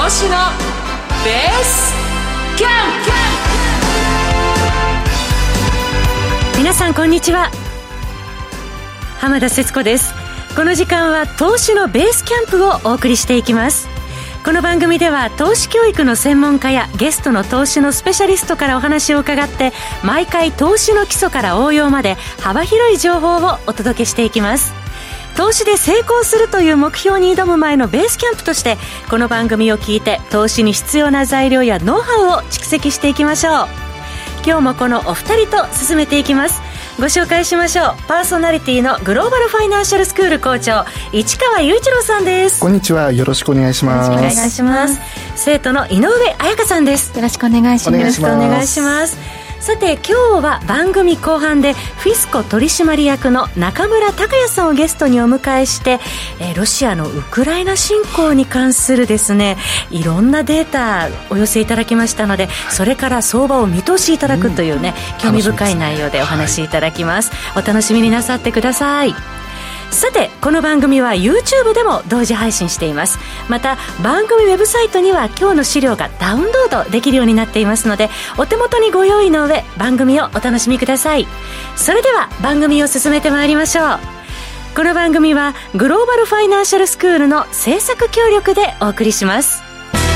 投資のベースキャンプ。 皆さんこんにちは、浜田節子です。この時間は投資のベースキャンプをお送りしていきます。この番組では投資教育の専門家やゲストの投資のスペシャリストからお話を伺って、毎回投資の基礎から応用まで幅広い情報をお届けしていきます。投資で成功するという目標に挑む前のベースキャンプとして、この番組を聞いて投資に必要な材料やノウハウを蓄積していきましょう。今日もこのお二人と進めていきます。ご紹介しましょう。パーソナリティのグローバルファイナンシャルスクール校長、市川雄一郎さんです。 こんにちは、よろしくお願いします。 よろしくお願いします。生徒の井上彩香さんです。 よろしくお願いします。 よろしくお願いします。さて今日は番組後半でフィスコ取締役の中村隆也さんをゲストにお迎えして、ロシアのウクライナ侵攻に関するですね、いろんなデータお寄せいただきましたので、それから相場を見通しいただくというね、興味深い内容でお話しいただきます。お楽しみになさってください。さてこの番組は YouTube でも同時配信しています。また番組ウェブサイトには今日の資料がダウンロードできるようになっていますので、お手元にご用意の上番組をお楽しみください。それでは番組を進めてまいりましょう。この番組はグローバルファイナンシャルスクールの制作協力でお送りします。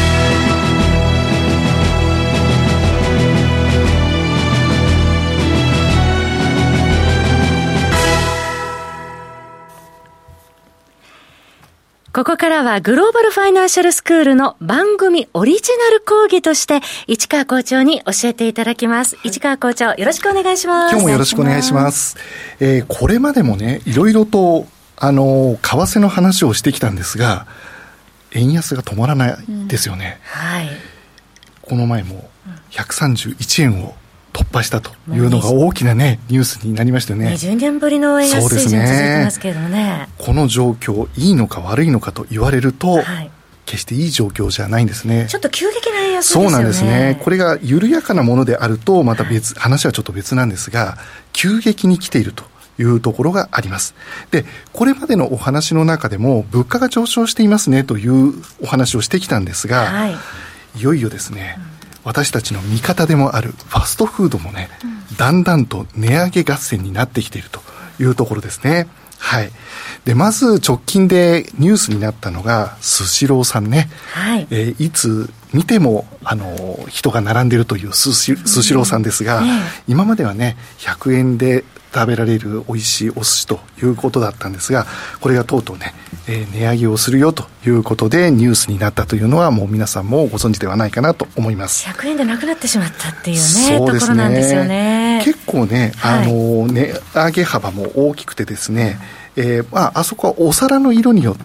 ここからはグローバルファイナンシャルスクールの番組オリジナル講義として市川校長に教えていただきます。市川校長、よろしくお願いします。 今日もよろしくお願いします。これまでもね、いろいろと為替の話をしてきたんですが、円安が止まらないですよね。 はい。 この前も131円を突破したというのが大きなねニュースになりましたよね。 20年ぶりの円安水準続いてますけどね。 この状況いいのか悪いのかと言われると、決していい状況じゃないんですね。 ちょっと急激な円安ですよね。 そうなんですね。これが緩やかなものであるとまた話はちょっと別なんですが、急激に来ているというところがあります。で、これまでのお話の中でも物価が上昇していますねというお話をしてきたんですが、いよいよですね、私たちの味方でもあるファストフードもね、だんだんと値上げ合戦になってきているというところですね。はい。で、まず直近でニュースになったのがスシローさんね。いつ見ても人が並んでいるというスシローさんですが、今まではね100円で食べられる美味しいお寿司ということだったんですが、これがとうとうね、値上げをするよということでニュースになったというのはもう皆さんもご存知ではないかなと思います。 100円でなくなってしまったっていうね、そうですね、ところなんですよね。 結構ね、値上げ幅も大きくてですね、あそこはお皿の色によって、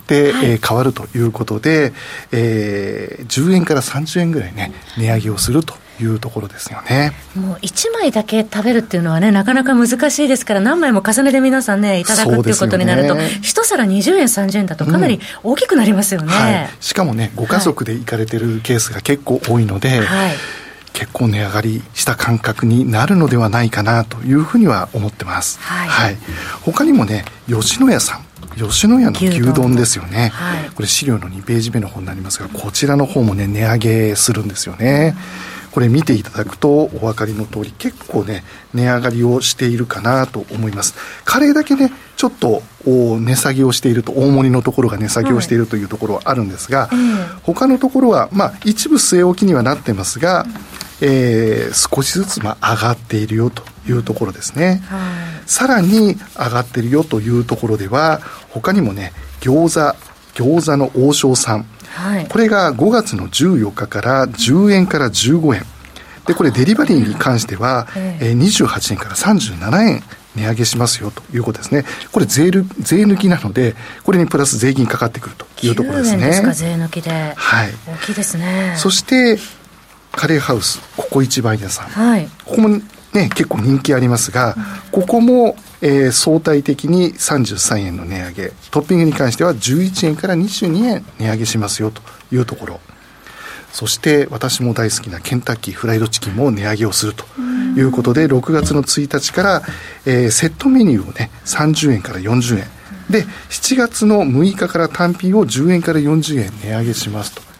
変わるということで、10円から30円ぐらいね値上げをするというところですよね。もう 1枚だけ食べるっていうのはね、なかなか難しいですから、何枚も重ねて皆さんねいただくっていうことになると、一皿20円30円だとかなり大きくなりますよね。 しかもね、ご家族で行かれてるケースが結構多いので、結構値上がりした感覚になるのではないかなというふうには思ってます。他にもね、吉野家さん、吉野家の牛丼ですよね。これ資料の2ページ目の方になりますが、こちらの方もね値上げするんですよね。これ見ていただくとお分かりの通り、結構ね値上がりをしているかなと思います。カレーだけねちょっと値下げをしていると、大盛りのところが値下げをしているというところはあるんですが、他のところは一部据え置きにはなってますが、少しずつ上がっているよというところですね。さらに上がっているよというところでは、他にもね餃子の王将さん、これが5月の14日から10円から15円で、これデリバリーに関しては、28円から37円値上げしますよということですね。これ税抜きなので、これにプラス税金かかってくるというところですね。 9円ですか、税抜きで。大きいですね。 そしてカレーハウスココイチ番屋さん、ここもね結構人気ありますが、ここも、相対的に33円の値上げ、トッピングに関しては11円から22円値上げしますよというところ。そして私も大好きなケンタッキーフライドチキンも値上げをするということで、6月の1日から、セットメニューをね30円から40円で、7月の6日から単品を10円から40円値上げしますと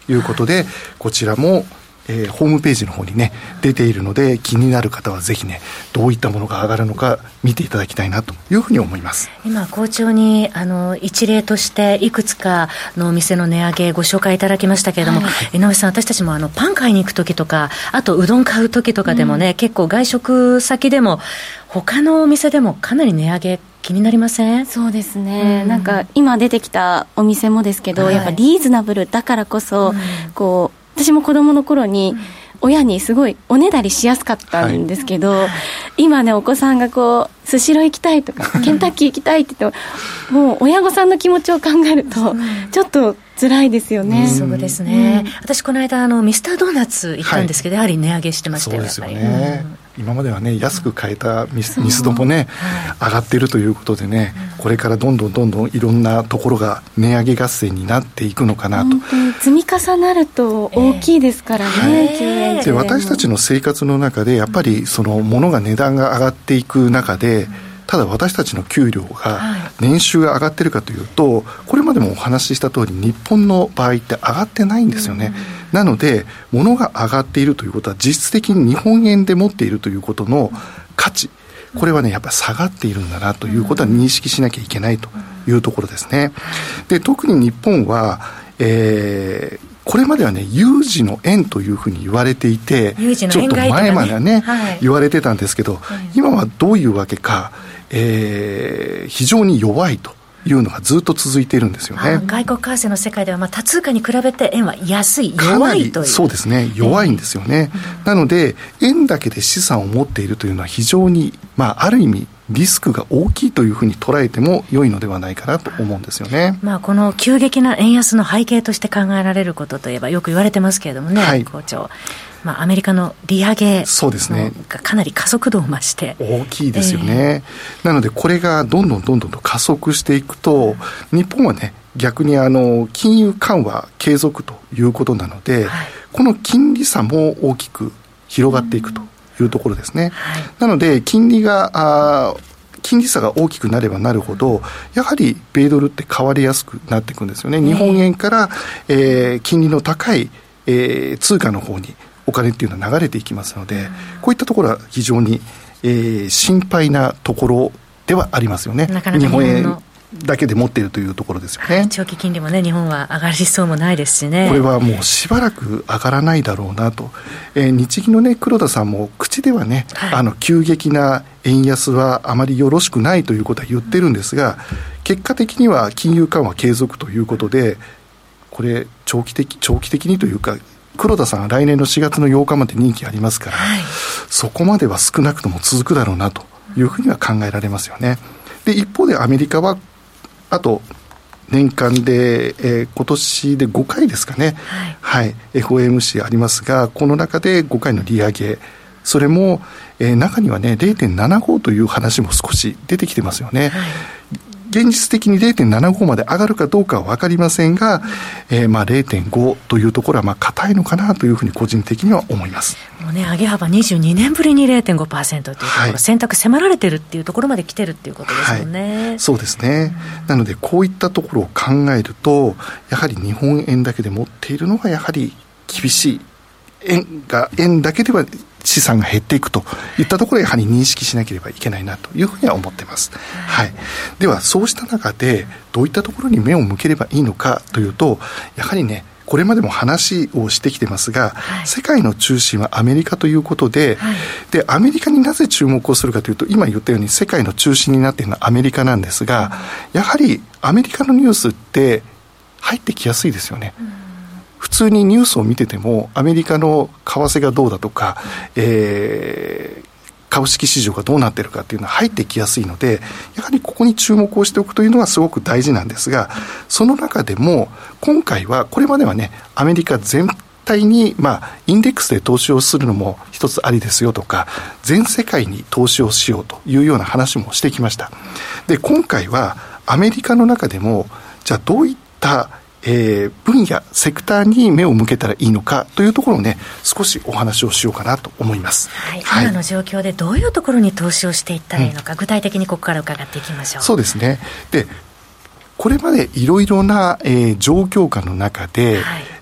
いうことで、こちらもホームページの方にね出ているので、気になる方はぜひねどういったものが上がるのか見ていただきたいなというふうに思います。 今好調に一例としていくつかのお店の値上げご紹介いただきましたけれども、井上さん、私たちもパン買いに行く時とか、あとうどん買う時とかでもね、結構外食先でも他のお店でもかなり値上げ気になりません？ そうですね、なんか今出てきたお店もですけど、やっぱリーズナブルだからこそ、こう私も子供の頃に親にすごいおねだりしやすかったんですけど、今ねお子さんがこうスシロー行きたいとかケンタッキー行きたいって言っても、もう親御さんの気持ちを考えるとちょっと辛いですよね。 そうですね、私この間ミスタードーナツ行ったんですけど、やはり値上げしてましたよ。 そうですよね、今まではね安く買えたミスドもね、上がっているということでね、これからどんどんいろんなところが値上げ合戦になっていくのかなと。 本当に積み重なると大きいですからね、 で私たちの生活の中でやっぱりその物が値段が上がっていく中で、ただ私たちの給料が年収が上がってるかというと、これまでもお話しした通り日本の場合って上がってないんですよね。なので物が上がっているということは、実質的に日本円で持っているということの価値、これはねやっぱり下がっているんだなということは認識しなきゃいけないというところですね。で特に日本は、これまではね有事の円というふうに言われていて、ちょっと前まではね、言われてたんですけど、今はどういうわけか、非常に弱いというのがずっと続いているんですよね。 外国為替の世界では、他通貨に比べて円は安い、弱いという。 そうですね、弱いんですよね、なので円だけで資産を持っているというのは非常に、ある意味リスクが大きいというふうに捉えても良いのではないかなと思うんですよね。 この急激な円安の背景として考えられることといえばよく言われてますけれどもね、校長、アメリカの利上げがかなり加速度を増して大きいですよね、なのでこれがどんどんと加速していくと、日本はね逆に金融緩和継続ということなので、この金利差も大きく広がっていくというところですね、なので金利差が大きくなればなるほど、やはり米ドルって変わりやすくなっていくんですよね。日本円から、金利の高い、通貨の方にお金っていうのは流れていきますので、こういったところは非常に、心配なところではありますよね。 なかなか日本円だけで持っているというところですよね。 長期金利もね日本は上がりそうもないですしね。 これはもうしばらく上がらないだろうなと、日銀のね黒田さんも口ではね、急激な円安はあまりよろしくないということは言ってるんですが、結果的には金融緩和継続ということで、これ長期的にというか、黒田さんは来年の4月の8日まで任期ありますから、そこまでは少なくとも続くだろうなというふうには考えられますよね。で一方でアメリカはあと年間で、今年で5回ですかね、FOMC ありますが、この中で5回の利上げ、それも、中にはね 0.75 という話も少し出てきてますよね、現実的に 0.75 まで上がるかどうかは分かりませんが、0.5 というところは硬いのかなというふうに個人的には思います。 もうね、上げ幅22年ぶりに 0.5% というところ、選択迫られてるっていうところまで来てるっていうことですよね、 そうですね、なのでこういったところを考えると、やはり日本円だけで持っているのがやはり厳しい、円だけでは資産が減っていくといったところをやはり認識しなければいけないなというふうには思っています、ではそうした中でどういったところに目を向ければいいのかというと、やはりねこれまでも話をしてきてますが、世界の中心はアメリカということで、でアメリカになぜ注目をするかというと、今言ったように世界の中心になっているのはアメリカなんですが、やはりアメリカのニュースって入ってきやすいですよね、普通にニュースを見ててもアメリカの為替がどうだとか、株式市場がどうなっているかっていうのは入ってきやすいので、やはりここに注目をしておくというのはすごく大事なんですが、その中でも今回はこれまではねアメリカ全体にインデックスで投資をするのも一つありですよとか、全世界に投資をしようというような話もしてきました。で今回はアメリカの中でもじゃあどういった分野セクターに目を向けたらいいのかというところをね少しお話をしようかなと思います、 今の状況でどういうところに投資をしていったらいいのか、具体的にここから伺っていきましょう。 そうですね。でこれまでいろいろな、状況下の中で、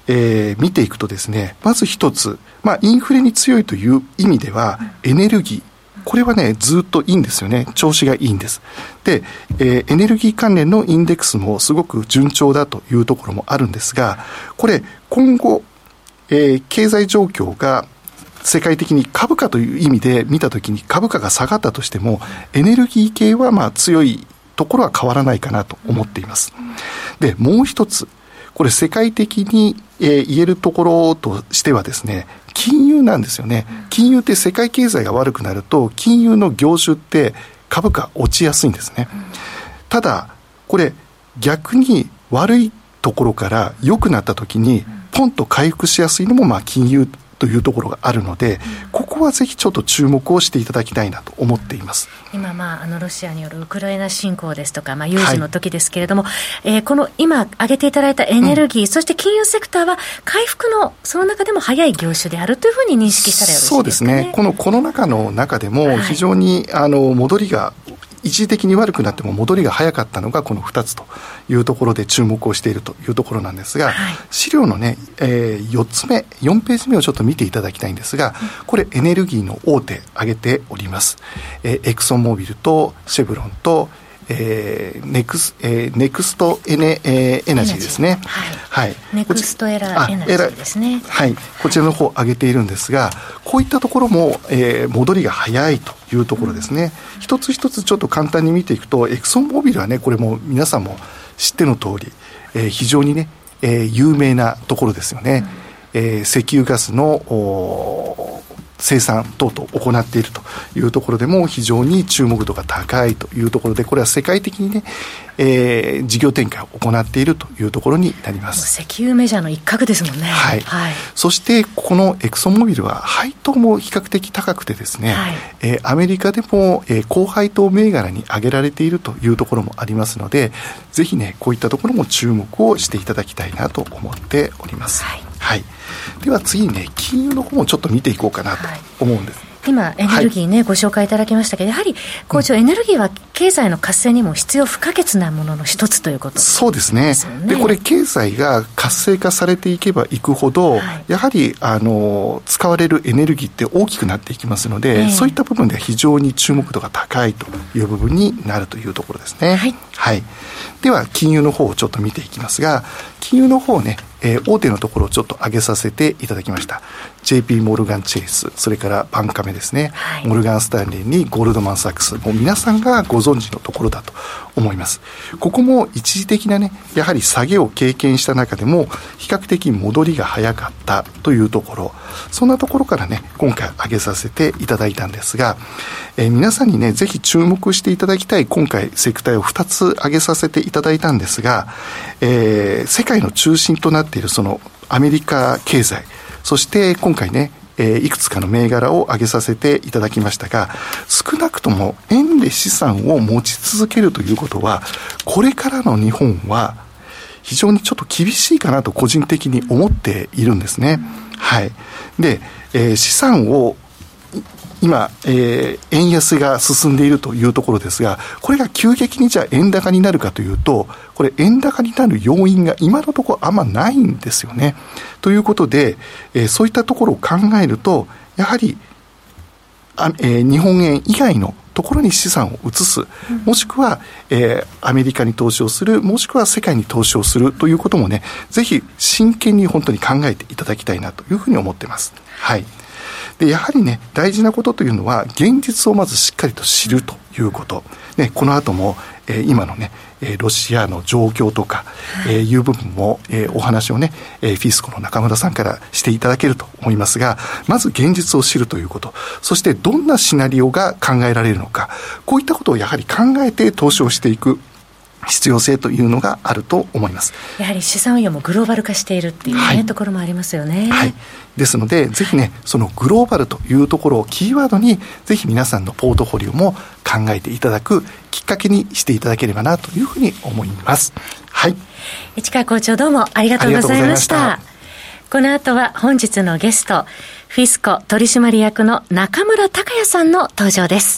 見ていくとですね、まず一つ、インフレに強いという意味では、エネルギー、これはね、ずっといいんですよね。調子がいいんです。で、エネルギー関連のインデックスもすごく順調だというところもあるんですが、これ、今後、経済状況が世界的に株価という意味で見たときに株価が下がったとしても、エネルギー系は強いところは変わらないかなと思っています。で、もう一つ、これ世界的に、言えるところとしてはですね、金融なんですよね。金融って世界経済が悪くなると、金融の業種って株価落ちやすいんですね。ただ、これ逆に悪いところから良くなった時に、ポンと回復しやすいのも金融というところがあるので、ここはぜひちょっと注目をしていただきたいなと思っています。 今、ロシアによるウクライナ侵攻ですとか、有事の時ですけれども、この今挙げていただいたエネルギー、そして金融セクターは回復のその中でも早い業種であるというふうに認識したらよろしいですかね。 そうですね。このコロナ禍の中でも非常に、戻りが一時的に悪くなっても戻りが早かったのがこの2つというところで注目をしているというところなんですが、資料のね、4つ目、4ページ目をちょっと見ていただきたいんですが、これエネルギーの大手挙げております。エクソンモービルとシェブロンとネクストエナジーですね。はい。 ネクストエナジーですね。 はい。こちらの方を挙げているんですが、こういったところも、戻りが早いというところですね。一つ一つちょっと簡単に見ていくと、エクソンモービルはね、これも皆さんも知っての通り、非常にね、有名なところですよね。石油ガスの生産等々行っているというところでも非常に注目度が高いというところで、これは世界的にね、事業展開を行っているというところになります。 石油メジャーの一角ですもんね。 はい。そしてこのエクソンモービルは配当も比較的高くてですね、アメリカでも、高配当銘柄に挙げられているというところもありますので、ぜひね、こういったところも注目をしていただきたいなと思っております。はい。では次にね、金融の方もちょっと見ていこうかなと思うんです。 今エネルギーね、ご紹介いただきましたけど、やはり校長、エネルギーは経済の活性にも必要不可欠なものの一つということですね。 そうですね。で、これ経済が活性化されていけばいくほど、やはり使われるエネルギーって大きくなっていきますので、そういった部分では非常に注目度が高いという部分になるというところですね。はい。では金融の方をちょっと見ていきますが、金融の方ね、大手のところをちょっと挙げさせていただきました。JP モルガンチェイス、それからバンカメですね、モルガンスタンレーにゴールドマンサックス、もう皆さんがご存知のところだと思います。ここも一時的なね、やはり下げを経験した中でも比較的戻りが早かったというところ、そんなところからね、今回挙げさせていただいたんですが、皆さんにね、ぜひ注目していただきたい今回セクターを2つ挙げさせていただいたんですが、世界の中心となっているそのアメリカ経済、そして今回ね、いくつかの銘柄を挙げさせていただきましたが、少なくとも円で資産を持ち続けるということは、これからの日本は非常にちょっと厳しいかなと個人的に思っているんですね。はい。で、資産を今、円安が進んでいるというところですが、これが急激にじゃあ円高になるかというと、これ円高になる要因が今のところあんまないんですよね。ということで、そういったところを考えると、やはり、日本円以外のところに資産を移す、もしくは、アメリカに投資をする、もしくは世界に投資をするということもね、ぜひ真剣に本当に考えていただきたいなというふうに思っています。はい。で、やはりね、大事なことというのは、現実をまずしっかりと知るということ。ね、この後も、今のね、ロシアの状況とか、いう部分も、お話をね、フィスコの中村さんからしていただけると思いますが、まず現実を知るということ、そしてどんなシナリオが考えられるのか、こういったことをやはり考えて投資をしていく必要性というのがあると思います。 やはり資産運用もグローバル化しているっていうね、ところもありますよね。 はい。ですので、ぜひね、そのグローバルというところをキーワードに、ぜひ皆さんのポートフォリオも考えていただくきっかけにしていただければなというふうに思います。はい。 市川校長、どうもありがとうございました。この後は本日のゲスト、フィスコ取締役の中村隆也さんの登場です。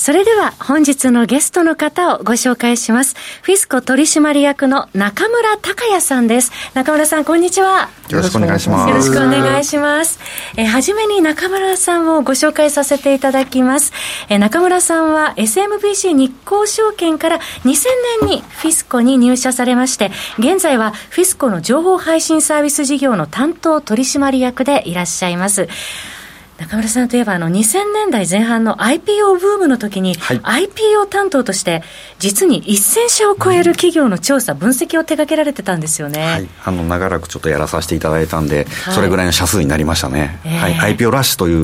それでは本日のゲストの方をご紹介します。フィスコ取締役の中村隆也さんです。中村さん、こんにちは。 よろしくお願いします。 よろしくお願いします。はじめに中村さんをご紹介させていただきます。中村さんは SMBC 日興証券から2000年にフィスコに入社されまして、現在はフィスコの情報配信サービス事業の担当取締役でいらっしゃいます。中村さんといえば2000年代前半の IPO ブームの時に、はい、IPO 担当として実に1000社を超える企業の調査、分析を手掛けられてたんですよね。 はい、長らくちょっとやらさせていただいたんで、はい、それぐらいの社数になりましたね。はい、IPO ラッシュという、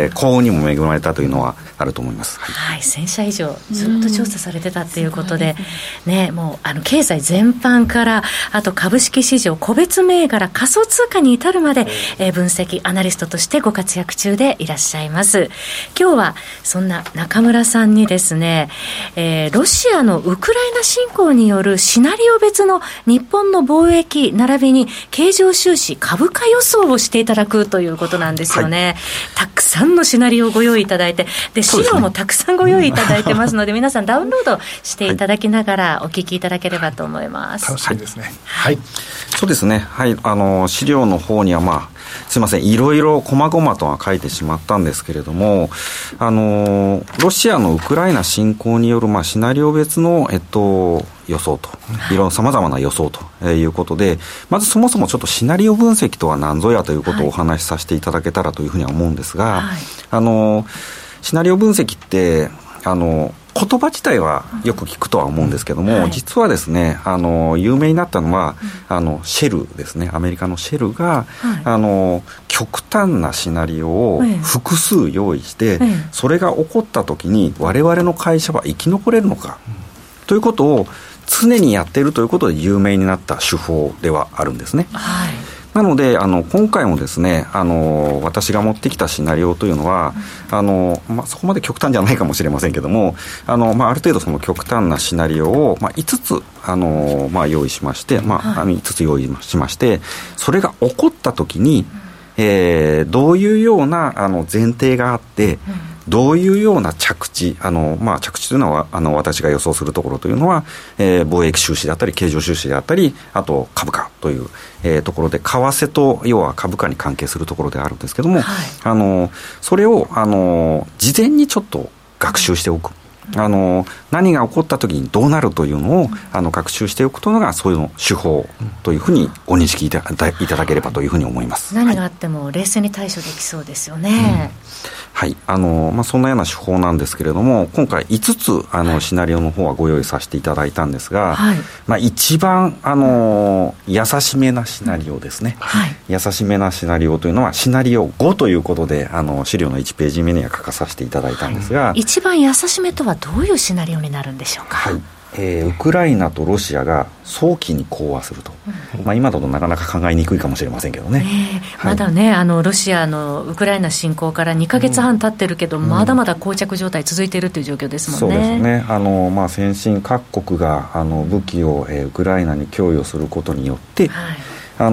幸運にも恵まれたというのはあると思います。 はい、1000社以上ずっと調査されてたっていうことで、ね、もう経済全般からあと株式市場、個別銘柄、仮想通貨に至るまで、分析アナリストとしてご活躍中でいらっしゃいます。今日はそんな中村さんにですね、ロシアのウクライナ侵攻によるシナリオ別の日本の貿易並びに経常収支株価予想をしていただくということなんですよね。はい、たくさんのシナリオをご用意いただいて、で資料もたくさんご用意いただいてますので、皆さんダウンロードしていただきながらお聞きいただければと思います。 楽しみですね。 はい、そうですね。はい、資料の方にはすいません、いろいろ細々とは書いてしまったんですけれども、ロシアのウクライナ侵攻による、シナリオ別の、予想と、いろんな様々な予想ということで、まずそもそもちょっとシナリオ分析とは何ぞやということをお話しさせていただけたらというふうには思うんですが、はい、シナリオ分析って、言葉自体はよく聞くとは思うんですけども、はい、実はですね、有名になったのは、シェルですね、アメリカのシェルが、はい、極端なシナリオを複数用意して、それが起こった時に我々の会社は生き残れるのか、ということを常にやっているということで有名になった手法ではあるんですね。はい、なので今回もですね、私が持ってきたシナリオというのは、そこまで極端じゃないかもしれませんけども、ある程度その極端なシナリオを、5つ、用意しまして、5つ用意しまして、それが起こったときに、どういうような前提があって、どういうような着地、着地というのは私が予想するところというのは、貿易収支であったり経常収支であったり、あと株価という、ところで、為替と要は株価に関係するところであるんですけども、はい、それを事前にちょっと学習しておく。何が起こった時にどうなるというのを学習しておくというのが、そういうの手法というふうにご認識いただければというふうに思います。 何があっても冷静に対処できそうですよね。 はい、そんなような手法なんですけれども、今回5つシナリオの方はご用意させていただいたんですが、はい、一番優しめなシナリオですね。はい、優しめなシナリオというのはシナリオ5ということで資料の1ページ目には書かさせていただいたんですが、 はい、一番優しめとはどういうシナリオになるんでしょうか。はい、 ウクライナとロシアが早期に講和すると、今だとなかなか考えにくいかもしれませんけどね。 まだね、ロシアのウクライナ侵攻から2ヶ月半経ってるけど、まだまだ膠着状態続いているという状況ですもんね。 そうですね。先進各国が武器を、ウクライナに供与することによって、はい、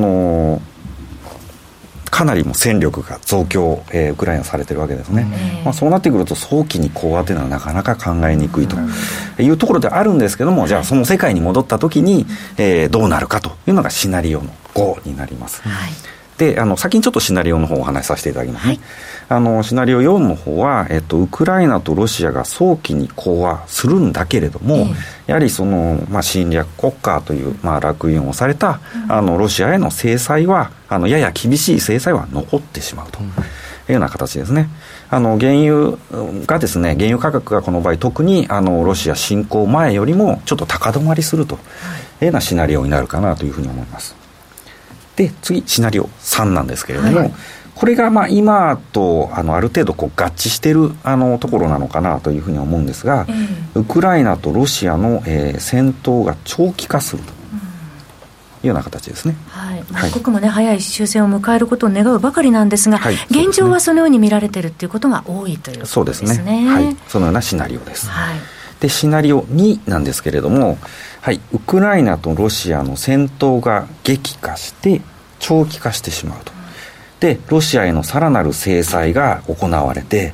かなりも戦力が増強、ウクライナされてるわけですね。そうなってくると早期に講和というのはなかなか考えにくいというところであるんですけども、じゃあその世界に戻った時に、どうなるかというのがシナリオの5になります。はい、で先にちょっとシナリオの方をお話しさせていただきますね。はい、シナリオ4の方は、ウクライナとロシアが早期に講和するんだけれども、やはりその、侵略国家という、烙印をされた、ロシアへの制裁はやや厳しい制裁は残ってしまうというような形ですね。原油がですね、原油価格がこの場合特にロシア侵攻前よりもちょっと高止まりするというようなシナリオになるかなというふうに思います。で次シナリオ3なんですけれども、はい、これが今とある程度こう合致しているところなのかなというふうに思うんですが、ウクライナとロシアの、戦闘が長期化するというような形ですね。はい、 一刻もね、早い終戦を迎えることを願うばかりなんですが、はい、現状はそのように見られているということが多いということですね。そうですね。 はい、そのようなシナリオです。はい、でシナリオ2なんですけれども、はい、ウクライナとロシアの戦闘が激化して長期化してしまうと。でロシアへのさらなる制裁が行われて、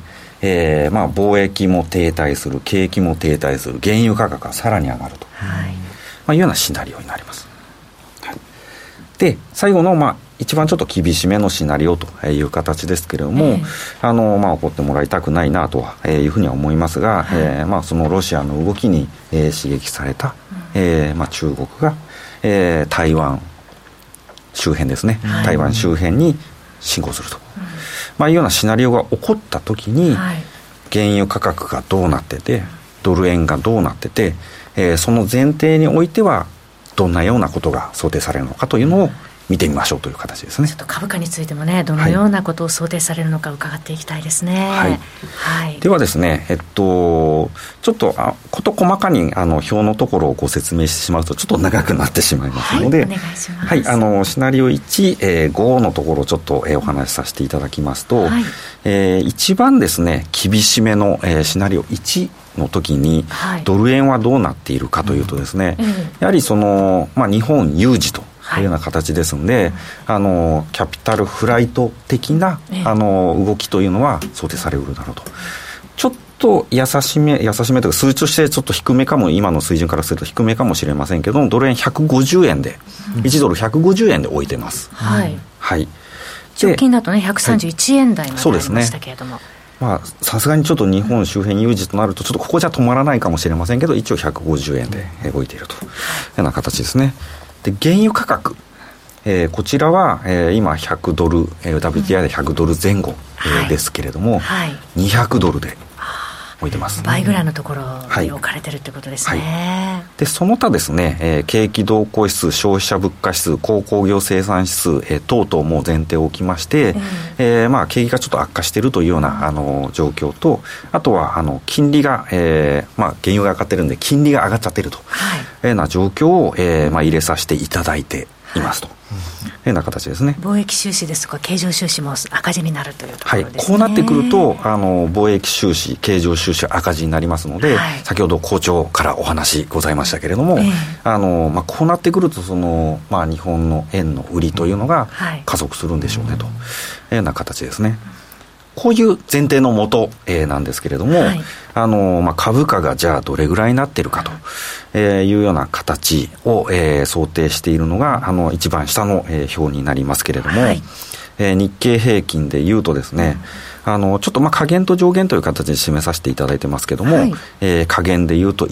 貿易も停滞する、景気も停滞する、原油価格がさらに上がると、いうようなシナリオになります。で最後の、一番ちょっと厳しめのシナリオという形ですけれども、怒ってもらいたくないなというふうには思いますが、そのロシアの動きに、刺激された、中国が、台湾周辺ですね、台湾周辺に侵攻すると、いうようなシナリオが起こった時に、原油価格がどうなってて、ドル円がどうなってて、その前提においてはどんなようなことが想定されるのかというのを見てみましょうという形ですね。 ちょっと株価についてもね、どのようなことを想定されるのか伺っていきたいですね。 ではですね、ちょっと事細かに表のところをご説明してしまうとちょっと長くなってしまいますので、 お願いします。 シナリオ1、5のところをちょっと、お話しさせていただきますと、一番ですね厳しめの、シナリオ1の時に、ドル円はどうなっているかというとですね、やはりその、日本有事というような形ですので、キャピタルフライト的な、動きというのは想定されるだろうと。ちょっと優しめというか数値としてちょっと低めかも、今の水準からすると低めかもしれませんけど、ドル円150円で、1ドル150円で置いてます。 直近だとね131円台までありましたけれども、 さすがにちょっと日本周辺有事となるとちょっとここじゃ止まらないかもしれませんけど、一応150円で動いているというような形ですね。で原油価格、こちらは、今100ドル、WTI で100ドル前後、ですけれども、200ドルで置いてます。 倍ぐらいのところに置かれてるってことですね。 でその他ですね、景気動向指数、消費者物価指数、鉱工業生産指数、等々も前提を置きまして、景気がちょっと悪化しているというような状況と、あとは金利が、原油が上がってるんで金利が上がっちゃっているというような状況を、入れさせていただいていますと。いうような形ですね。 貿易収支ですとか経常収支も赤字になるというところですね。 こうなってくると貿易収支、経常収支赤字になりますので、先ほど校長からお話ございましたけれども、こうなってくるとその、日本の円の売りというのが加速するんでしょうねというような形ですね。こういう前提のもと、なんですけれども、株価がじゃあどれぐらいになっているかというような形を、想定しているのが一番下の、表になりますけれども、日経平均でいうとですね、ちょっと下限と上限という形で示させていただいてますけども、下限でいうと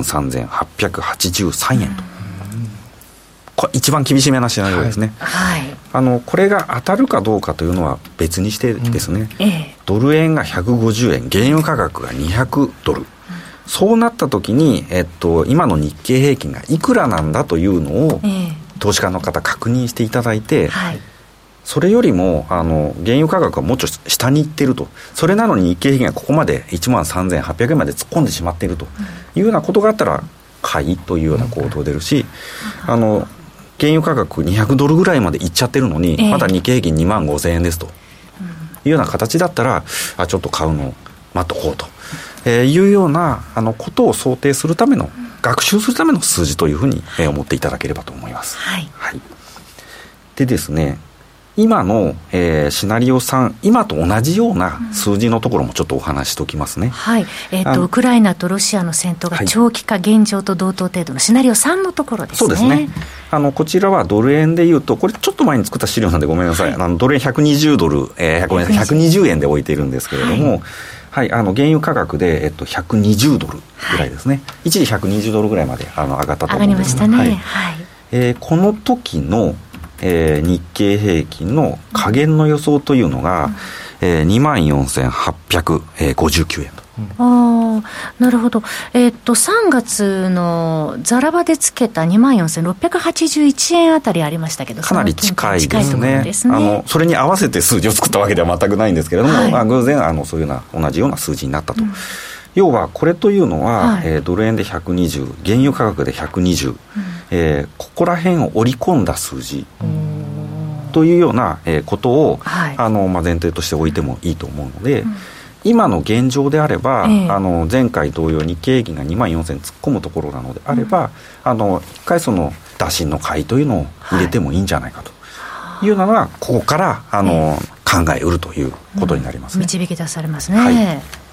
13,883 円と。これ一番厳しめなシナリオですね。これが当たるかどうかというのは別にしてですね、ドル円が150円、原油価格が200ドル、そうなった時に、今の日経平均がいくらなんだというのを、投資家の方確認していただいて、それよりも原油価格がもうちょっと下に行っていると、それなのに日経平均がここまで 13,800 円まで突っ込んでしまっているというようなことがあったら買いというような行動出るし、原油価格200ドルぐらいまでいっちゃってるのに、まだ日経平均25,000円ですというような形だったら、ちょっと買うのを待っとこうというようなことを想定するための、学習するための数字というふうに思っていただければと思います。でですね、今の、シナリオ3、今と同じような数字のところもちょっとお話ししておきますね。 ウクライナとロシアの戦闘が長期化、現状と同等程度のシナリオ3のところですね。 そうですね。こちらはドル円でいうと、これちょっと前に作った資料なんでごめんなさい。ドル円120ドル、120円で置いているんですけれども、原油価格で、120ドルぐらいですね。一時120ドルぐらいまで上がったと思うんですが、この時の日経平均の下限の予想というのが、24,859 円と。 なるほど。3月のザラバでつけた 24,681 円あたりありましたけど、 かなり近いですね。それに合わせて数字を作ったわけでは全くないんですけれども、偶然そういうような同じような数字になったと。要はこれというのは、ドル円で120、原油価格で120、ここら辺を織り込んだ数字というような、ことを、前提として置いてもいいと思うので、今の現状であれば、前回同様に日経平均が24,000突っ込むところなのであれば、一回その打診の買いというのを入れてもいいんじゃないかというのが、ここから考えうるということになりますね。 導き出されますね。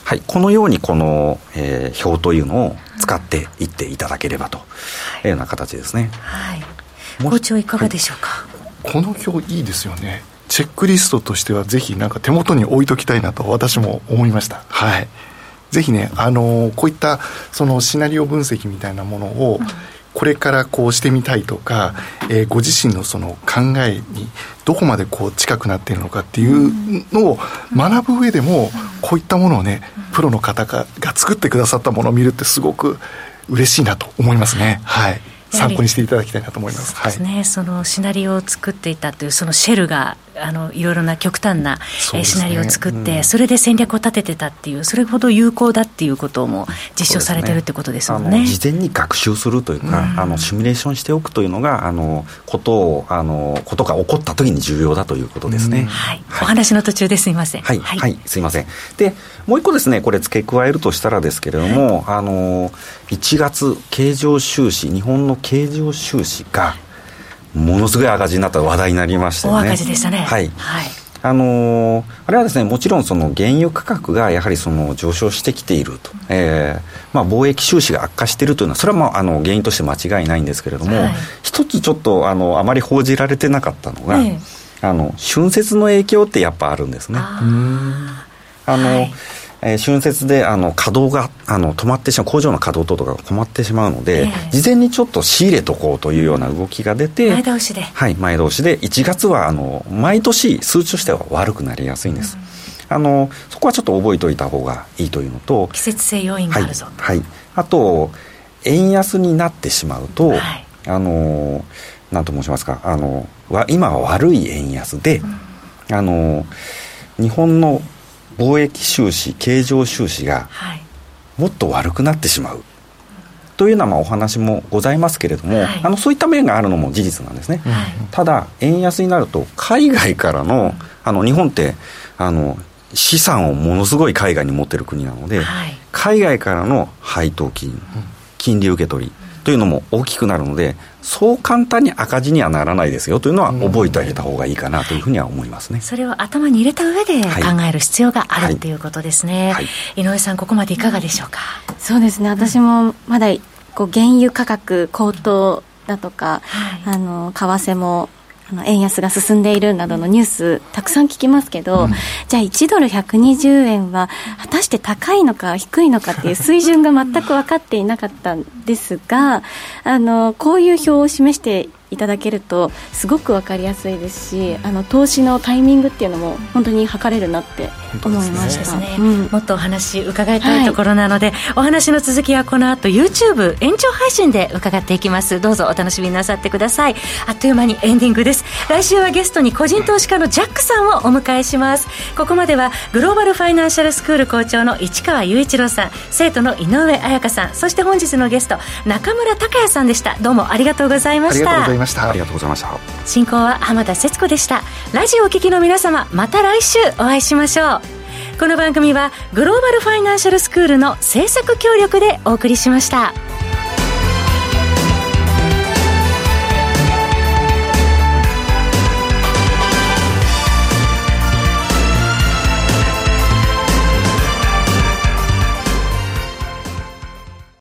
はい、このようにこの、表というのを使っていっていただければというような形ですね。 はい、校長いかがでしょうか。 はい、この表いいですよね。チェックリストとしてはぜひなんか手元に置いときたいなと私も思いました。はい、ぜひね、こういったそのシナリオ分析みたいなものをこれからこうしてみたいとか、ご自身のその考えにどこまでこう近くなっているのかっていうのを学ぶ上でも、こういったものをね、プロの方が作ってくださったものを見るってすごく嬉しいなと思いますね。はい、参考にしていただきたいなと思います。 そうですね、はい、そのシナリオを作っていたというそのシェルがいろいろな極端な、シナリオを作って、それで戦略を立ててたっていう、それほど有効だっていうことも実証されてるってことですもんね。 事前に学習するというか、シミュレーションしておくというのがことが起こった時に重要だということですね。 はい、お話の途中ですいません。 はい、はいはい、すいません。でもう一個ですね、これ付け加えるとしたらですけれども、1月経常収支、日本の経常収支がものすごい赤字になった話題になりましたよね。 大赤字でしたね。 はい、はい、あれはですね、もちろんその原油価格がやはりその上昇してきていると、貿易収支が悪化しているというのは、それは原因として間違いないんですけれども、はい、一つちょっとあまり報じられてなかったのが、春節の影響ってやっぱあるんですね。春節で稼働が止まってしまう、工場の稼働等が止まってしまうので、事前にちょっと仕入れとこうというような動きが出て、 前倒しで、 はい、前倒しで1月は毎年数値としては悪くなりやすいんです。そこはちょっと覚えておいた方がいいというのと、 季節性要因があるぞと、 はいはい、あと円安になってしまうと、はい、何と申しますか、今は悪い円安で、日本の貿易収支、経常収支がもっと悪くなってしまうというようなお話もございますけれども、はい、そういった面があるのも事実なんですね。はい、ただ円安になると海外からの、日本って資産をものすごい海外に持っている国なので、はい、海外からの配当金、金利受け取りというのも大きくなるので、そう簡単に赤字にはならないですよというのは覚えてあげた方がいいかなというふうには思いますね。 それを頭に入れた上で考える必要があるということですね。はい、井上さん、ここまでいかがでしょうか。 そうですね、私もまだ原油価格高騰だとか、はい、為替も円安が進んでいるなどのニュースたくさん聞きますけど、じゃあ1ドル120円は果たして高いのか低いのかっていう水準が全く分かっていなかったんですが、こういう表を示していただけるとすごく分かりやすいですし、投資のタイミングっていうのも本当に測れるなって思いました。 もっとお話伺いたいところなので、はい、お話の続きはこの後 YouTube 延長配信で伺っていきます。どうぞお楽しみなさってください。あっという間にエンディングです。来週はゲストに個人投資家のジャックさんをお迎えします。ここまではグローバルファイナンシャルスクール校長の市川雄一郎さん、生徒の井上彩香さん、そして本日のゲスト中村隆也さんでした。どうもありがとうございました。 ありがとうございました。 進行は浜田節子でした。ラジオを聴きの皆様、また来週お会いしましょう。この番組はグローバルファイナンシャルスクールの制作協力でお送りしました。